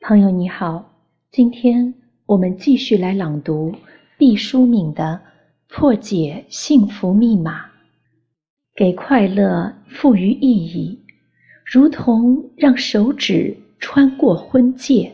朋友你好，今天我们继续来朗读毕淑敏的《破解幸福密码》，给快乐赋予意义，如同让手指穿过婚戒。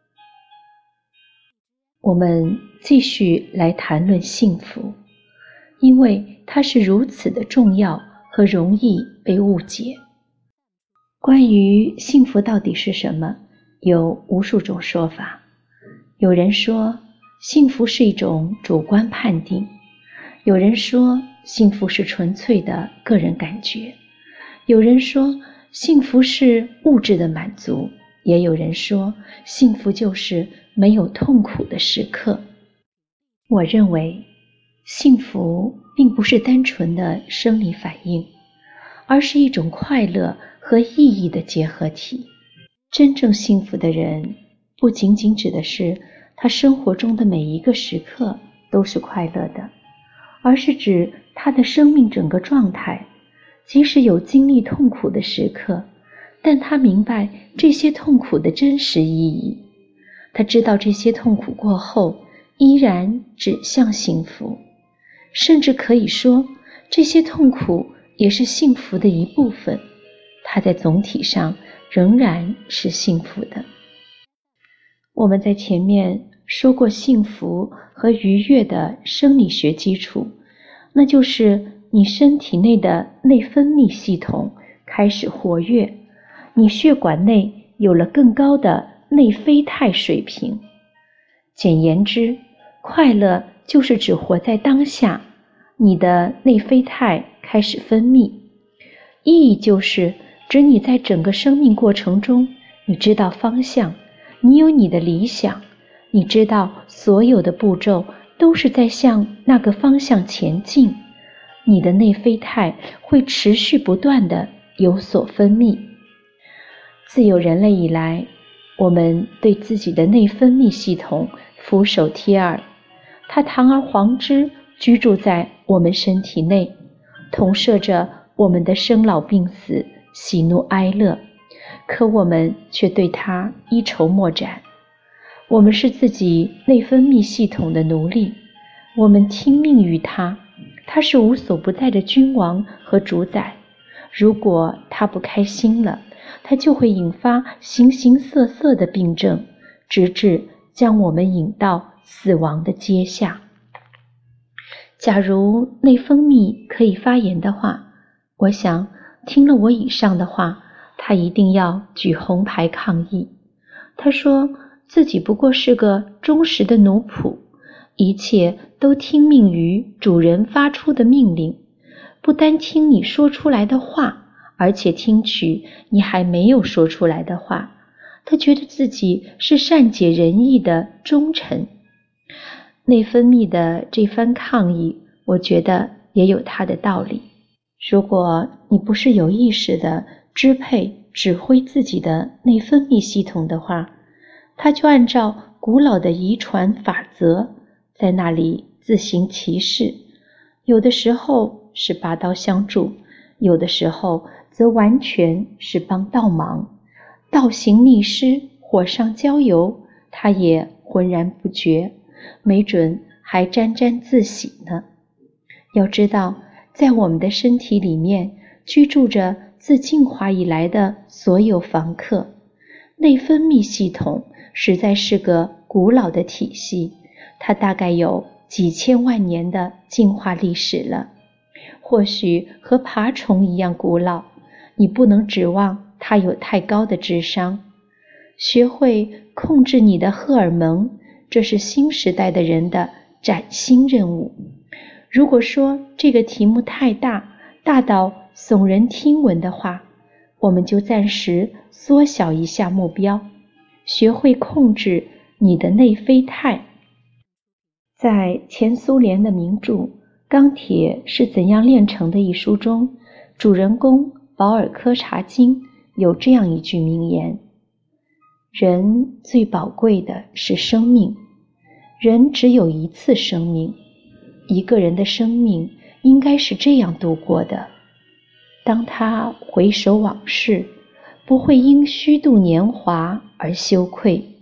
我们继续来谈论幸福，因为它是如此的重要和容易被误解。关于幸福到底是什么，有无数种说法。有人说幸福是一种主观判定，有人说幸福是纯粹的个人感觉，有人说幸福是物质的满足，也有人说幸福就是没有痛苦的时刻。我认为幸福并不是单纯的生理反应，而是一种快乐和意义的结合体。真正幸福的人不仅仅指的是他生活中的每一个时刻都是快乐的，而是指他的生命整个状态，即使有经历痛苦的时刻，但他明白这些痛苦的真实意义。他知道这些痛苦过后依然指向幸福，甚至可以说这些痛苦也是幸福的一部分，它在总体上仍然是幸福的。我们在前面说过幸福和愉悦的生理学基础，那就是你身体内的内分泌系统开始活跃，你血管内有了更高的内啡肽水平。简言之，快乐就是指活在当下，你的内啡肽开始分泌。意义就是指你在整个生命过程中，你知道方向，你有你的理想，你知道所有的步骤都是在向那个方向前进，你的内啡肽会持续不断地有所分泌。自有人类以来，我们对自己的内分泌系统俯首帖耳，它堂而皇之居住在我们身体内，统摄着我们的生老病死、喜怒哀乐，可我们却对它一筹莫展。我们是自己内分泌系统的奴隶，我们听命于它，它是无所不在的君王和主宰。如果它不开心了，它就会引发形形色色的病症，直至将我们引到死亡的阶下。假如内分泌可以发言的话，我想听了我以上的话，他一定要举红牌抗议。他说自己不过是个忠实的奴仆，一切都听命于主人发出的命令，不单听你说出来的话，而且听取你还没有说出来的话。他觉得自己是善解人意的忠臣。内分泌的这番抗议，我觉得也有它的道理。如果你不是有意识地支配、指挥自己的内分泌系统的话，它就按照古老的遗传法则在那里自行其事，有的时候是拔刀相助，有的时候则完全是帮倒忙，倒行逆施，火上浇油，它也浑然不觉，没准还沾沾自喜呢。要知道，在我们的身体里面居住着自进化以来的所有房客。内分泌系统实在是个古老的体系，它大概有几千万年的进化历史了，或许和爬虫一样古老。你不能指望它有太高的智商。学会控制你的荷尔蒙，这是新时代的人的崭新任务。如果说这个题目太大，大到耸人听闻的话，我们就暂时缩小一下目标，学会控制你的内啡肽。在前苏联的名著《钢铁是怎样炼成的》一书中，主人公保尔柯察金有这样一句名言：人最宝贵的是生命，人只有一次生命，一个人的生命应该是这样度过的。当他回首往事，不会因虚度年华而羞愧，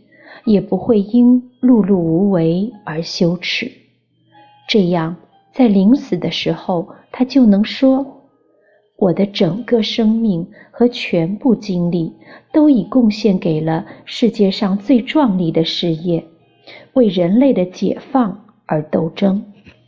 也不会因碌碌无为而羞耻。这样，在临死的时候，他就能说：我的整个生命和全部精力都已贡献给了世界上最壮丽的事业，为人类的解放而斗争。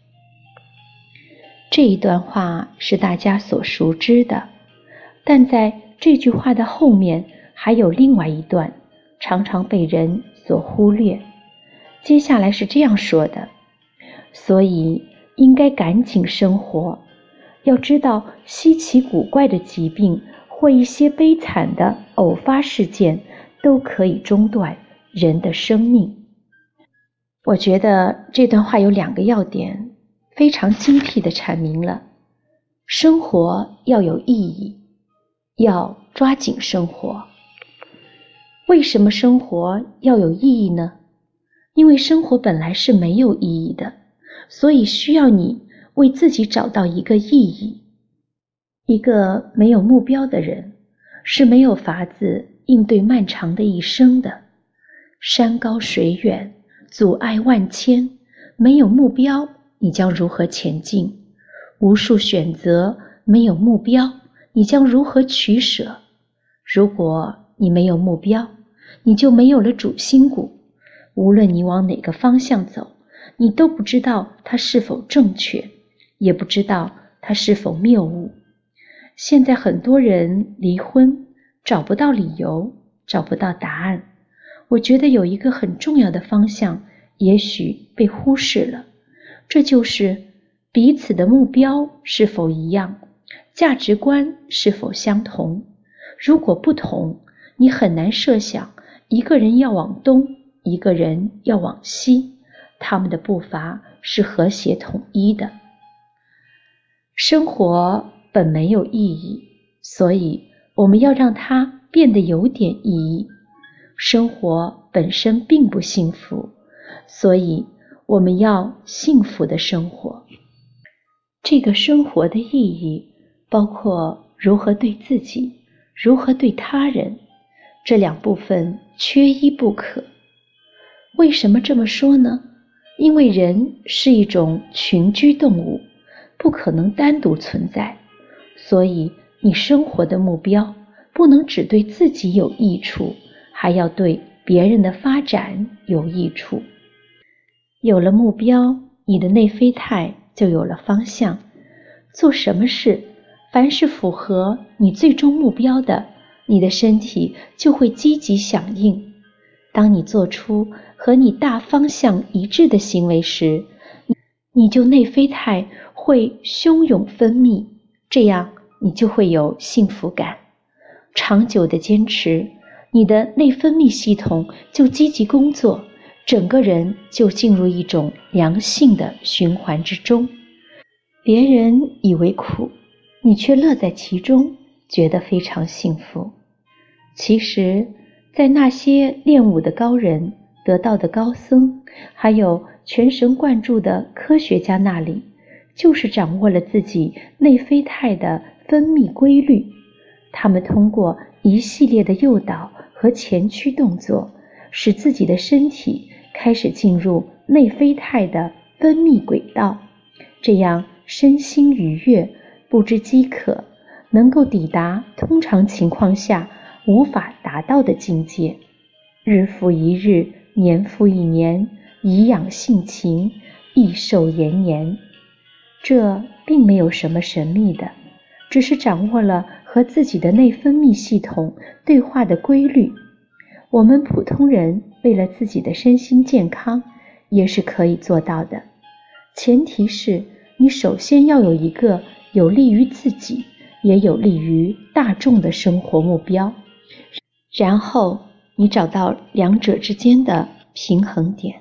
这一段话是大家所熟知的，但在这句话的后面还有另外一段，常常被人所忽略。接下来是这样说的：所以应该赶紧生活，要知道稀奇古怪的疾病或一些悲惨的偶发事件都可以中断人的生命。我觉得这段话有2个要点，非常精辟地阐明了生活要有意义，要抓紧生活。为什么生活要有意义呢？因为生活本来是没有意义的，所以需要你为自己找到一个意义。一个没有目标的人是没有法子应对漫长的一生的。山高水远，阻碍万千，没有目标，你将如何前进？无数选择，没有目标，你将如何取舍？如果你没有目标，你就没有了主心骨，无论你往哪个方向走，你都不知道它是否正确，也不知道它是否谬误。现在很多人离婚，找不到理由，找不到答案。我觉得有一个很重要的方向，也许被忽视了，这就是彼此的目标是否一样，价值观是否相同。如果不同，你很难设想一个人要往东，一个人要往西，他们的步伐是和谐统一的。生活本没有意义，所以我们要让它变得有点意义。生活本身并不幸福，所以我们要幸福的生活。这个生活的意义包括如何对自己，如何对他人，这2部分缺一不可。为什么这么说呢？因为人是一种群居动物，不可能单独存在，所以你生活的目标不能只对自己有益处，还要对别人的发展有益处。有了目标，你的内啡肽就有了方向。做什么事，凡是符合你最终目标的，你的身体就会积极响应。当你做出和你大方向一致的行为时，你就内啡肽会汹涌分泌，这样你就会有幸福感。长久的坚持，你的内分泌系统就积极工作，整个人就进入一种良性的循环之中。别人以为苦，你却乐在其中，觉得非常幸福。其实，在那些练武的高人、得道的高僧，还有全神贯注的科学家那里，就是掌握了自己内啡肽的分泌规律。他们通过一系列的诱导和前驱动作，使自己的身体开始进入内啡肽的分泌轨道，这样身心愉悦，不知饥渴，能够抵达通常情况下无法达到的境界。日复一日，年复一年，颐养性情，益寿延年。这并没有什么神秘的，只是掌握了和自己的内分泌系统对话的规律。我们普通人为了自己的身心健康也是可以做到的，前提是你首先要有一个有利于自己也有利于大众的生活目标，然后你找到2者之间的平衡点。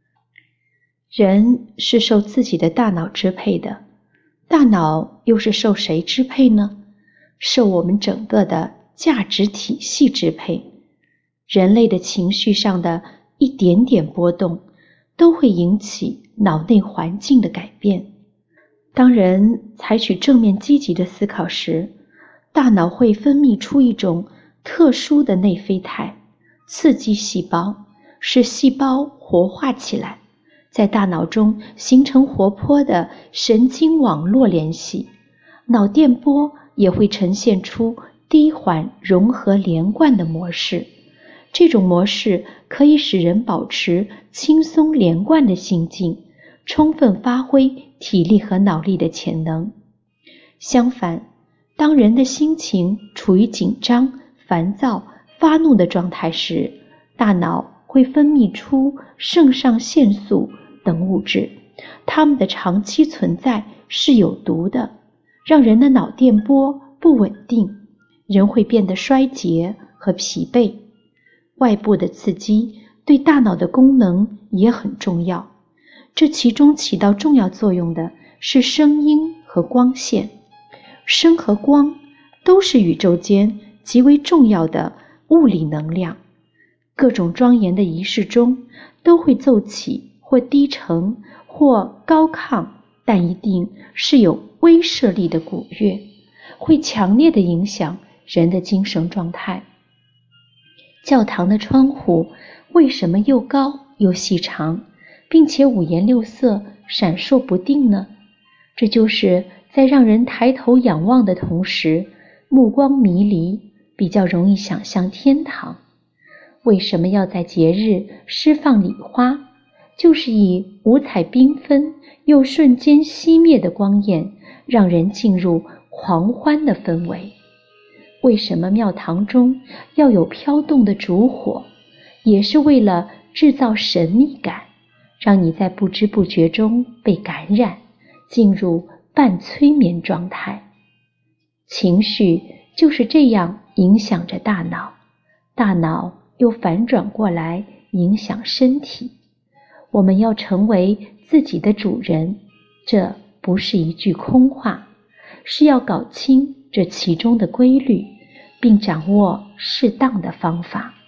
人是受自己的大脑支配的，大脑又是受谁支配呢？受我们整个的价值体系支配。人类的情绪上的一点点波动，都会引起脑内环境的改变。当人采取正面积极的思考时，大脑会分泌出一种特殊的内啡肽，刺激细胞， 使细胞活化起来，在大脑中形成活泼的神经网络联系，脑电波也会呈现出低缓融合连贯的模式。这种模式可以使人保持轻松连贯的心境，充分发挥体力和脑力的潜能。相反，当人的心情处于紧张、烦躁、发怒的状态时，大脑会分泌出肾上腺素等物质，它们的长期存在是有毒的，让人的脑电波不稳定，人会变得衰竭和疲惫。外部的刺激对大脑的功能也很重要，这其中起到重要作用的是声音和光线。声和光都是宇宙间极为重要的物理能量，各种庄严的仪式中都会奏起或低沉或高亢，但一定是有威慑力的鼓乐，会强烈地影响人的精神状态。教堂的窗户为什么又高又细长，并且五颜六色闪烁不定呢？这就是在让人抬头仰望的同时，目光迷离，比较容易想象天堂。为什么要在节日释放礼花？就是以五彩缤纷又瞬间熄灭的光焰，让人进入狂欢的氛围。为什么庙堂中要有飘动的烛火？也是为了制造神秘感，让你在不知不觉中被感染，进入半催眠状态。情绪就是这样影响着大脑，大脑又反转过来影响身体。我们要成为自己的主人，这不是一句空话，是要搞清这其中的规律，并掌握适当的方法。